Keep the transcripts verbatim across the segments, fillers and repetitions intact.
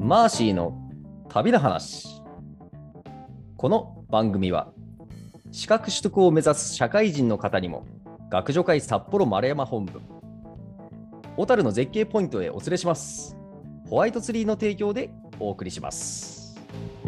マーシーの旅の話。この番組は資格取得を目指す社会人の方にも学助会札幌丸山本部小樽の絶景ポイントへお連れします。ホワイトツリーの提供でお送りします。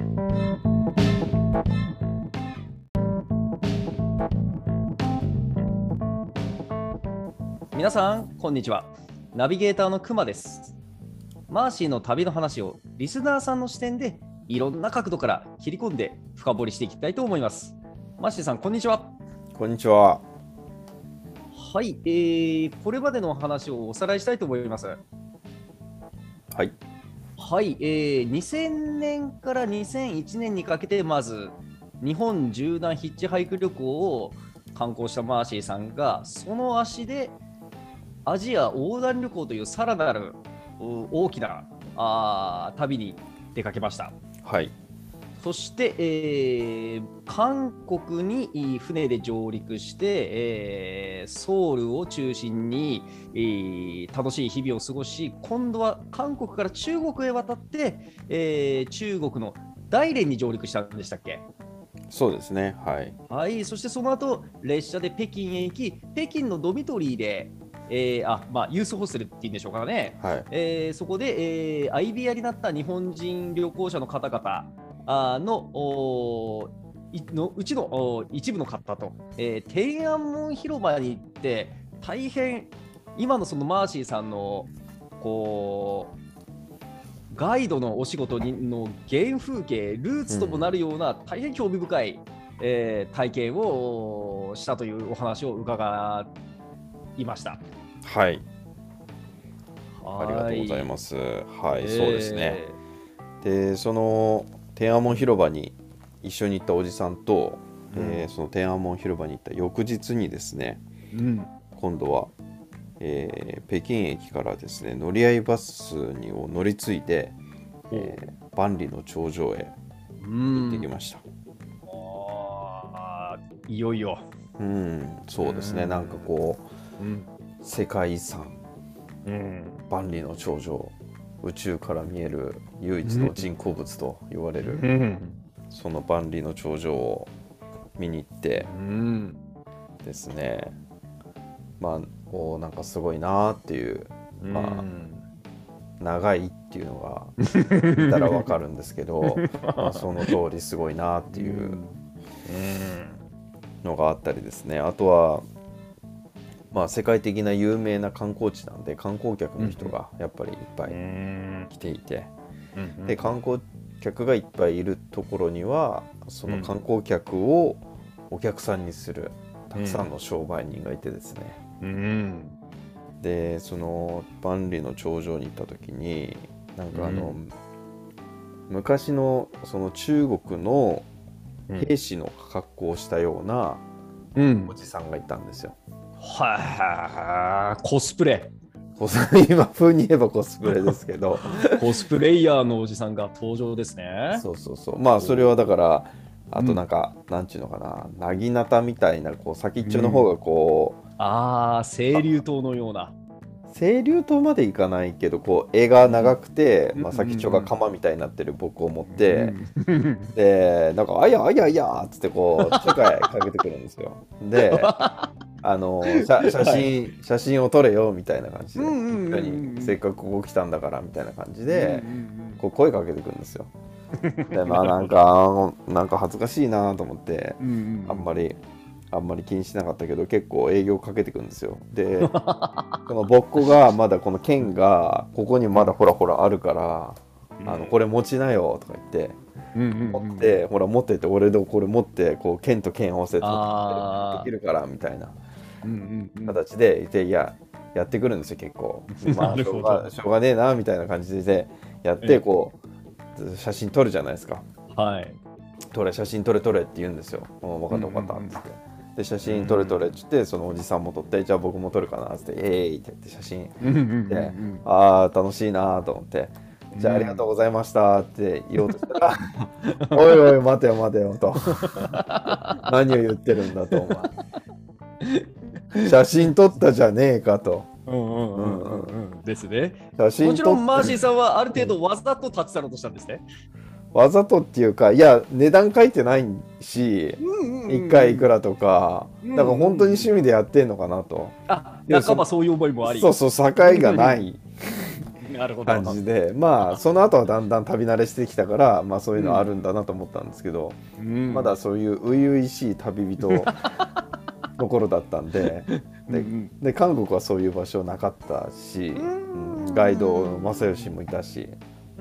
皆さんこんにちは。ナビゲーターのくまです。マーシーの旅の話をリスナーさんの視点でいろんな角度から切り込んで深掘りしていきたいと思います。マーシーさんこんにちは。 こんにちは。 はい、えー、これまでの話をおさらいしたいと思います。 はい。 はい、えー、にせんねんからにせんいちねんにかけてまず日本縦断ヒッチハイク旅行を観光したマーシーさんがその足でアジア横断旅行というさらなる大きなあ旅に出かけました。 はい。 そして、えー、韓国に船で上陸して、えー、ソウルを中心に、えー、楽しい日々を過ごし、今度は韓国から中国へ渡って、えー、中国の大連に上陸したんでしたっけ？ そうですね。はい。 はい。そしてその後列車で北京へ行き、北京のドミトリーでえーあまあ、ユースホステルっていうんでしょうかね、 はい。 えーそこで、えー相部屋になった日本人旅行者の方々あのおいのうちのお一部の方と、えー天安門広場に行って大変今のそのマーシーさんのこうガイドのお仕事にの原風景ルーツともなるような大変興味深い、えー体験をしたというお話を伺いました。 はい。 はありがとうございます。はい、そうですね。 えで、その天安門広場に一緒に行ったおじさんと、 うんえーその天安門広場に行った翌日にですね、 ーうん今度は、えー北京駅からですね、乗り合いバスにを乗り継いで、えー万里の長城へ行ってきました。 あーいよいよ、 うん、そうですね。 うんなんかこう、 うん世界遺産うん万里の長城、宇宙から見える唯一の人工物と言われる、 うんその万里の長城を見に行ってうんですね、まあおなんかすごいなっていう、まあ長いっていうのが見たらわかるんですけどまあその通りすごいなっていうのがあったりですね。あとはまあ世界的な有名な観光地なんで観光客の人がやっぱりいっぱい来ていて、で観光客がいっぱいいるところにはその観光客をお客さんにするたくさんの商売人がいてですね、 うんでその万里の長城に行った時になんかあの、 うん昔のその中国のうん兵士の格好をしたようなうんおじさんがいたんですよ。 はコスプレコス今風に言えばコスプレですけどコスプレイヤーのおじさんが登場ですね。 そうそうそう、まあそれはだからあとなんか、うん、なんちゅうのかな、なぎなたみたいなこう先っちょの方がこう、 うん、ああ清流島のような、 清流島までいかないけどこう柄が長くて、うんまあ、先っちょが鎌みたいになってる僕を持って、うん、でなんかあやあやあやっつってこうちょかいかけてくるんですよ。であの写, 写真、はい、写真を撮れよみたいな感じで、うんうんうんうん、せっかくここ来たんだからみたいな感じで、うんうんうん、こう声かけてくるんですよ。でまあなんかなんか恥ずかしいなと思って、うんうんうん、あんまりあんまり気にしなかったけど結構営業かけてくるんですよ。でこのぼっこがまだこの剣がここにまだほらほらあるから、うん、あのこれ持ちなよとか言って、うんうんうん、持ってほら持ってって俺でこれ持ってこう剣と剣を合わせてできるからみたいな形でいて、いややってくるんですよ結構。まあしょうが、しょうがねえなみたいな感じでやってこう写真撮るじゃないですか。 はい。 撮れ写真撮れ撮れって言うんですよ。分かった分かったっつって、で写真撮れ撮れって言ってそのおじさんも撮って、じゃあ僕も撮るかなっつってえーいって言って写真で、あー楽しいなと思って、じゃあありがとうございましたって言おうとしたらおいおい待てよ待てよと何を言ってるんだとお前写真撮ったじゃねえかと、 ですね。 写真もちろん撮っマーシーさんはある程度わざと立ち去ろうとしたんですね。 わざとっていうか、いや値段書いてないし、 うんうんいっかいいくらとか、 うんだから本当に趣味でやってんのかなと。 あ、 いや半ばそういう思いもあり。 そうそう、境がないなるほど。 感じで、まあその後はだんだん旅慣れしてきたから、まあそういうのあるんだなと思ったんですけど、 うんまだそういう初々しい旅人の頃だったんで、で、で韓国はそういう場所なかったし、うん、ガイドの正義もいたし、 うん、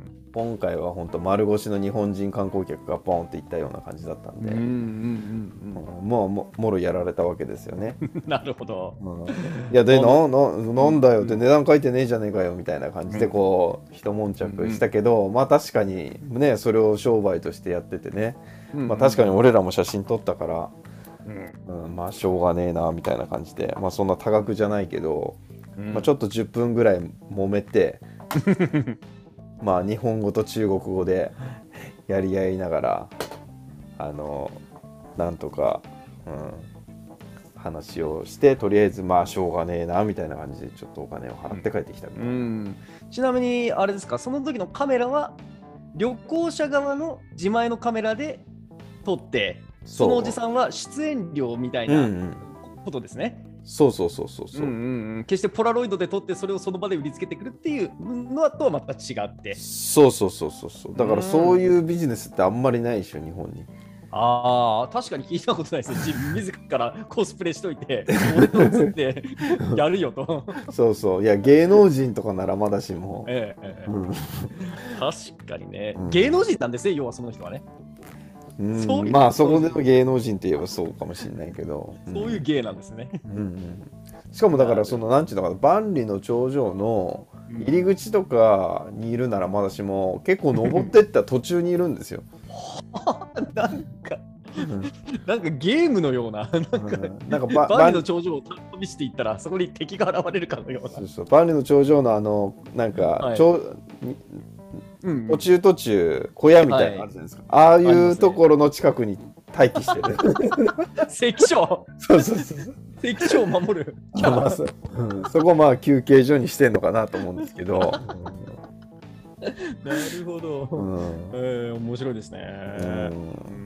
今回は本当丸腰の日本人観光客がボンっていったような感じだったんで、 うんうんうんうん、もうももろやられたわけですよね。 うん、なるほど。 うん、いやでなななんだよって値段書いてねえじゃねえかよみたいな感じでこう一悶着したけど、まあ確かにねそれを商売としてやっててね、まあ確かに俺らも写真撮ったから、うんうん、まあしょうがねえなみたいな感じで、まあそんな多額じゃないけど、まあ、ちょっとじゅっぷんぐらい揉めてまあ日本語と中国語でやり合いながらあのなんとか、うん、話をしてとりあえずまあしょうがねえなみたいな感じでちょっとお金を払って帰ってきた、うんうん、ちなみにあれですか、その時のカメラは旅行者側の自前のカメラで撮って、そのおじさんは出演料みたいなことですね。 うんうん、そうそうそうそうそう、うんうんうん、決してポラロイドで撮ってそれをその場で売りつけてくるっていうのとはまた違って、 そうそうそうそうそう、だからそういうビジネスってあんまりないでしょ日本に。 ああ、確かに聞いたことないです。自らコスプレしといて、俺と写ってやるよと。 そうそう、いや芸能人とかならまだしも、 ええええ、うん、確かにね、 うん、 芸能人なんですね、要はその人はね。 うん、そういうまあそこでの芸能人といえばそうかもしれないけど、 うん、そういう芸なんですね。 うんうん、しかもだからそのなんていうのかな、万里の長城の入り口とかにいるならまだしも結構登ってった途中にいるんですよ。 なんか、うん、なんかゲームのような、なんか、うん、なんか万里の長城を旅していったらそこに敵が現れるかのような。 そうそう、万里の長城のあのなんか、はい、うん、途中途中小屋みたいなのあるじゃないですか、はい、ああいうところの近くに待機してる関所そうそうそう関所を守るまあそ、うん、そこまあ休憩所にしてんのかなと思うんですけどなるほど、うん、えー、面白いですね、うん、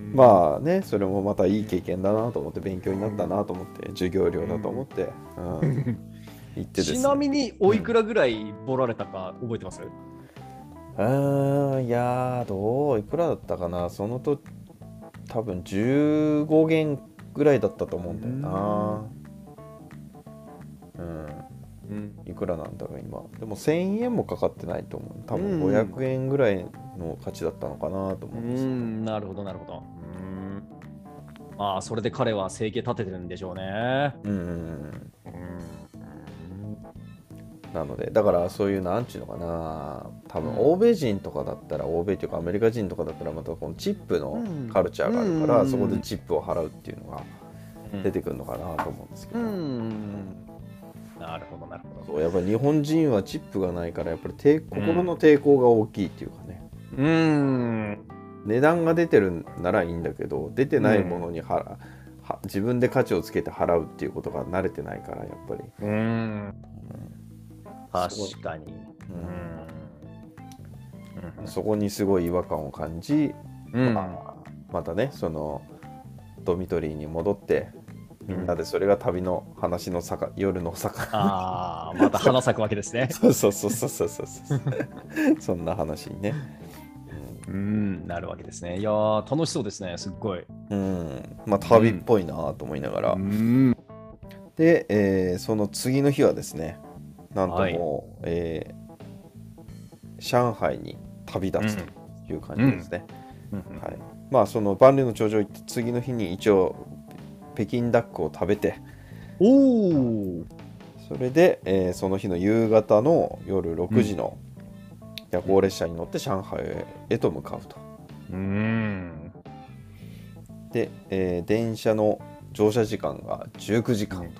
まあねそれもまたいい経験だなと思って勉強になったなと思って授業料だと思って、うんうん、言ってですね。 ちなみにおいくらぐらいボられたか覚えてます？ うーん、いやーどういくらだったかな、そのと多分じゅうごげんぐらいだったと思うんだよな。うん、うん、いくらなんだろう今、でもせんえんもかかってないと思う、多分ごひゃくえんぐらいの価値だったのかなと思うんです。うん、 なるほどなるほど。うん、まあそれで彼は生計立ててるんでしょうね。うん、うん、 なのでだからそういうなんちゅうのかな、多分欧米人とかだったら、欧米というかアメリカ人とかだったらまたこのチップのカルチャーがあるから、そこでチップを払うっていうのが出てくるのかなと思うんですけど、うんうん、 なるほどなるほど。 そうやっぱり日本人はチップがないからやっぱり抵心の抵抗が大きいっていうかね、うん、値段が出てるならいいんだけど出てないものには、うん、は自分で価値をつけて払うっていうことが慣れてないからやっぱり、うん、うん、 確かに、 うん、そこにすごい違和感を感じ、うんまあ、またねそのドミトリーに戻ってみんなでそれが旅の話のさか夜のさかああまた花咲くわけですねそうそうそうそうそうそうそんな話にね、 うん、うんなるわけですね。いやー楽しそうですね、すっごい、 うん、まあ旅っぽいなと思いながら、うん、で、えー、その次の日はですねなんとも、はい、えー、上海に旅立つという感じですね、うんうんはい、まあその万里の長城行って次の日に一応北京ダックを食べて、おそれで、えー、その日の夕方の夜ろくじの夜行列車に乗って上海へと向かうと、うん、で、えー、電車の乗車時間がじゅうくじかんと、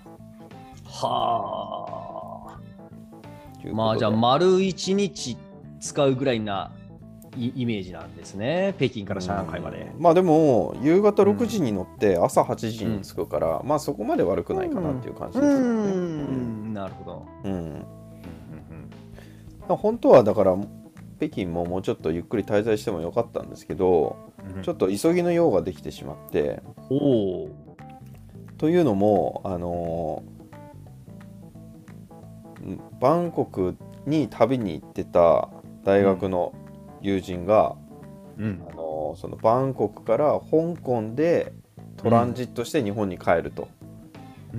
はあまあじゃあ丸一日使うぐらいなイメージなんですね、北京から上海まで。 まあでも夕方ろくじに乗って朝はちじに着くから、うん、まあそこまで悪くないかなっていう感じですよね。うんうん、なるほど。うん、 本当はだから北京ももうちょっとゆっくり滞在してもよかったんですけど、 うん、 ちょっと急ぎの用ができてしまって、 おー、 というのもあのバンコクに旅に行ってた大学の友人が、 うん、 あのそのバンコクから香港でトランジットして日本に帰るとうん、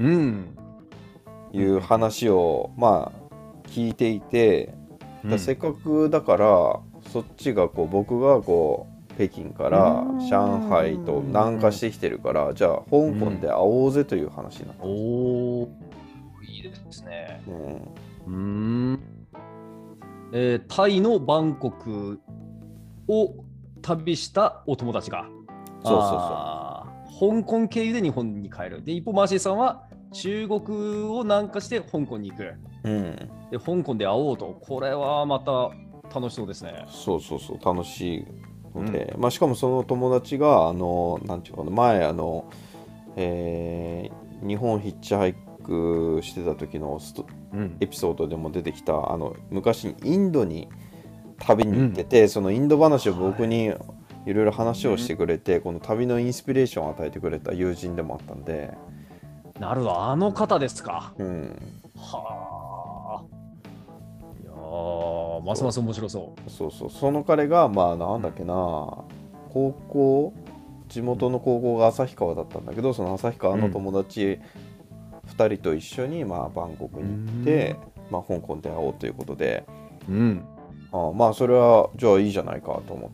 いう話を、まあ聞いていて、だせっかくだからそっちがこう僕がこう北京から上海と南下してきてるから、じゃあ香港で会おうぜという話になった。 おー、いいですね。 うん、 うーん、えータイのバンコクを旅したお友達が、 そうそうそあー香港経由で日本に帰る。で、一方、マーシーさんは中国を南下して香港に行く。 う。うん。 で、香港で会おうと。これはまた楽しそうですね。 そうそうそう、楽しいので、うん、まあしかもその友達があのなんていうかな、前あの、えー、日本ヒッチハイクしてた時のスト、うん、エピソードでも出てきたあの昔にインドに旅に行ってて、うん、そのインド話を僕にいろいろ話をしてくれて、はい、この旅のインスピレーションを与えてくれた友人でもあったんで。 なるほど、あの方ですか。 うん、 はあ。いやー、ますます面白そう。 そうそう、その彼がまあなんだっけな、高校、地元の高校が旭川だったんだけど、その旭川の友達ふたりと一緒にまあバンコクに行って、まあ、香港で会おうということで、 うん、 ああまあそれはじゃあいいじゃないかと思って、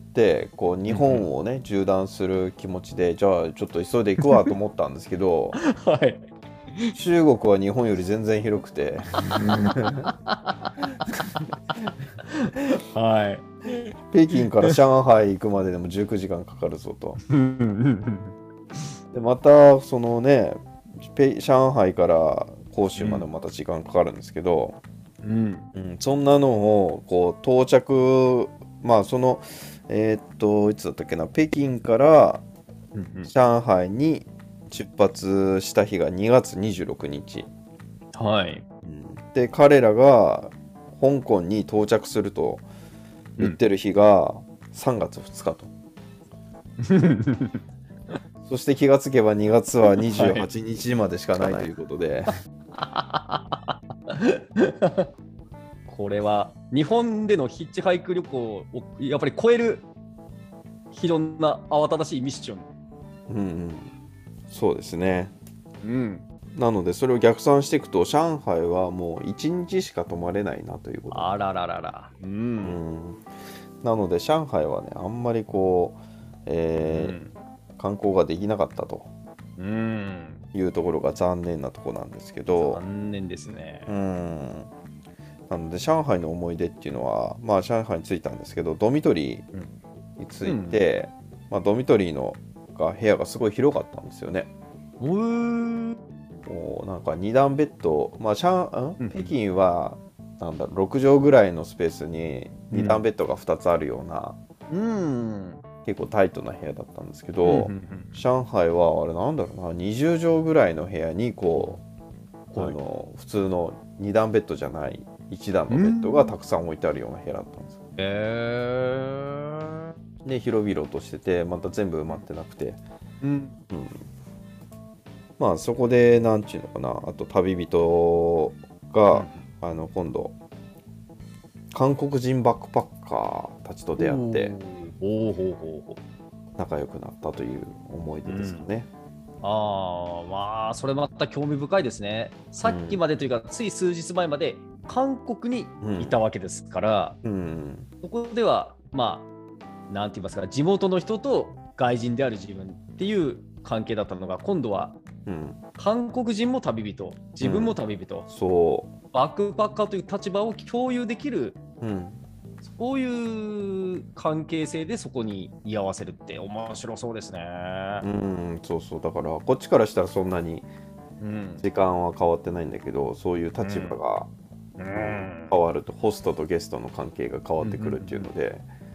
こう日本をね縦断する気持ちで、じゃあちょっと急いで行くわと思ったんですけど、 はい、 中国は日本より全然広くてはい、 北京から上海行くまででもじゅうくじかんかかるぞとでまたそのね上海から広州までまた時間かかるんですけど、うんうん、そんなのをこう到着、まあそのえー、っといつだったっけな、北京から上海に出発した日がにがつにじゅうろくにち、 はい、 うん、で彼らが香港に到着すると言ってる日がさんがつふつかと、うん、そして気がつけばにがつはにじゅうはちにちまでしかないということで、 はい、これは日本でのヒッチハイク旅行をやっぱり超える非常な慌ただしいミッション。 うんうん、そうですね、 うん、 なのでそれを逆算していくと上海はもういちにちしか泊まれないなということ。 あらららら、うん、うん、 なので上海はねあんまりこう、えーうん、観光ができなかったというところが残念なところなんですけど、 残念ですね。 うん、なので上海の思い出っていうのは、まあ上海に着いたんですけど、ドミトリーに着いて、うん、まあ、ドミトリーのが部屋がすごい広かったんですよね。 うーん、 もうなんかにだんベッド、まあ上ん北京はなんだろうろくじょうぐらいのスペースににだんベッドがふたつあるような、うん、結構タイトな部屋だったんですけど、うんうんうん、上海はあれなんだろうな、にじゅうじょうぐらいの部屋にこう、はい、あの普通のにだんベッドじゃないいちだんのベッドがたくさん置いてあるような部屋だったんですよ。 へー、 で広々としててまた全部埋まってなくて、うんうん、まあそこでなんちゅうのかな、あと旅人が、うん、あの今度韓国人バックパッカーたちと出会って仲良くなったという思い出ですかね。 うん、ああ、まあそれまた興味深いですね。さっきまでというか、うん、つい数日前まで韓国にいたわけですから、うんうん、そこではまあなんて言いますか、地元の人と外人である自分っていう関係だったのが、今度は、うん、韓国人も旅人、自分も旅人、うん、そうバックパッカーという立場を共有できる、うん、そういう関係性でそこに居合わせるって面白そうですね。 うん、そうそう、だからこっちからしたらそんなに時間は変わってないんだけど、うん、そういう立場が変わるとホストとゲストの関係が変わってくるっていうので、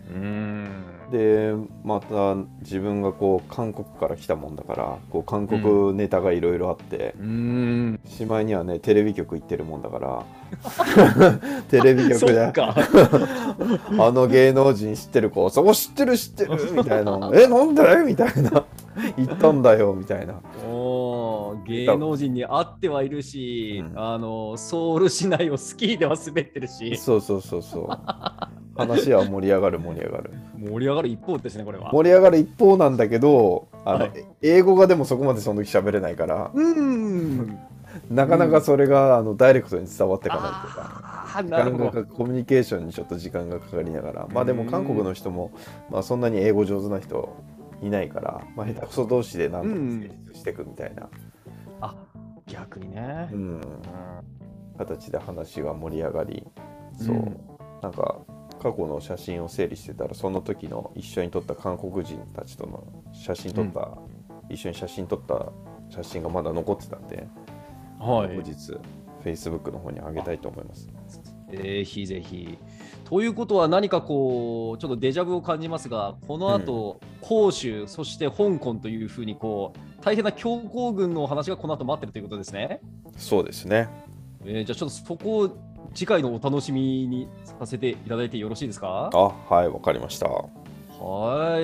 うーん。 でまた自分がこう韓国から来たもんだからこう韓国ネタがいろいろあって、 うーん。 しまいにはねテレビ局行ってるもんだからテレビ局そでっか。 あの芸能人知ってる子、そこ知ってる知ってるみたいな、え、なんでみたいな、言ったんだよみたいな。 おー、芸能人に会ってはいるし、 うんあのソウル市内をスキーでは滑ってるし、 そうそうそうそう。話は盛り上がる盛り上がる。 盛り上がる一方ですね、これは。 盛り上がる一方なんだけど、あの、 はい、 英語がでもそこまでその時喋れないから、 うーん。 なかなかそれがあのダイレクトに伝わっていかないとか。 あー、なるほど。 コミュニケーションにちょっと時間がかかりながら、まあでも韓国の人も、まあ、そんなに英語上手な人いないから、まあ、下手くそ同士でなんとか成立していくみたいな、 あ、逆にね、 うんうん、 形で話が盛り上がり、そう、 うん、 なんか過去の写真を整理してたらその時の一緒に撮った韓国人たちとの写真撮った、うん、一緒に写真撮った写真がまだ残ってたんで、はい、後日 Facebook の方に上げたいと思います。 ぜひぜひ。ということは何かこうちょっとデジャブを感じますが、この後、うん、広州そして香港というふうにこう大変な強豪軍のお話がこの後待ってるということですね。 そうですね。 えー、じゃあちょっとそこを次回のお楽しみにさせていただいてよろしいですか？ あ、はい、わかりました。 はい、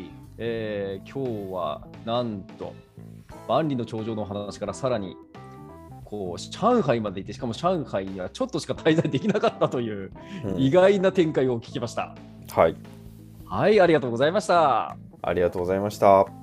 えー、今日はなんと万里の長城のお話からさらにこう上海まで行って、しかも上海にはちょっとしか滞在できなかったという意外な展開を聞きました。 うん、はい、 はい、ありがとうございました。 ありがとうございました。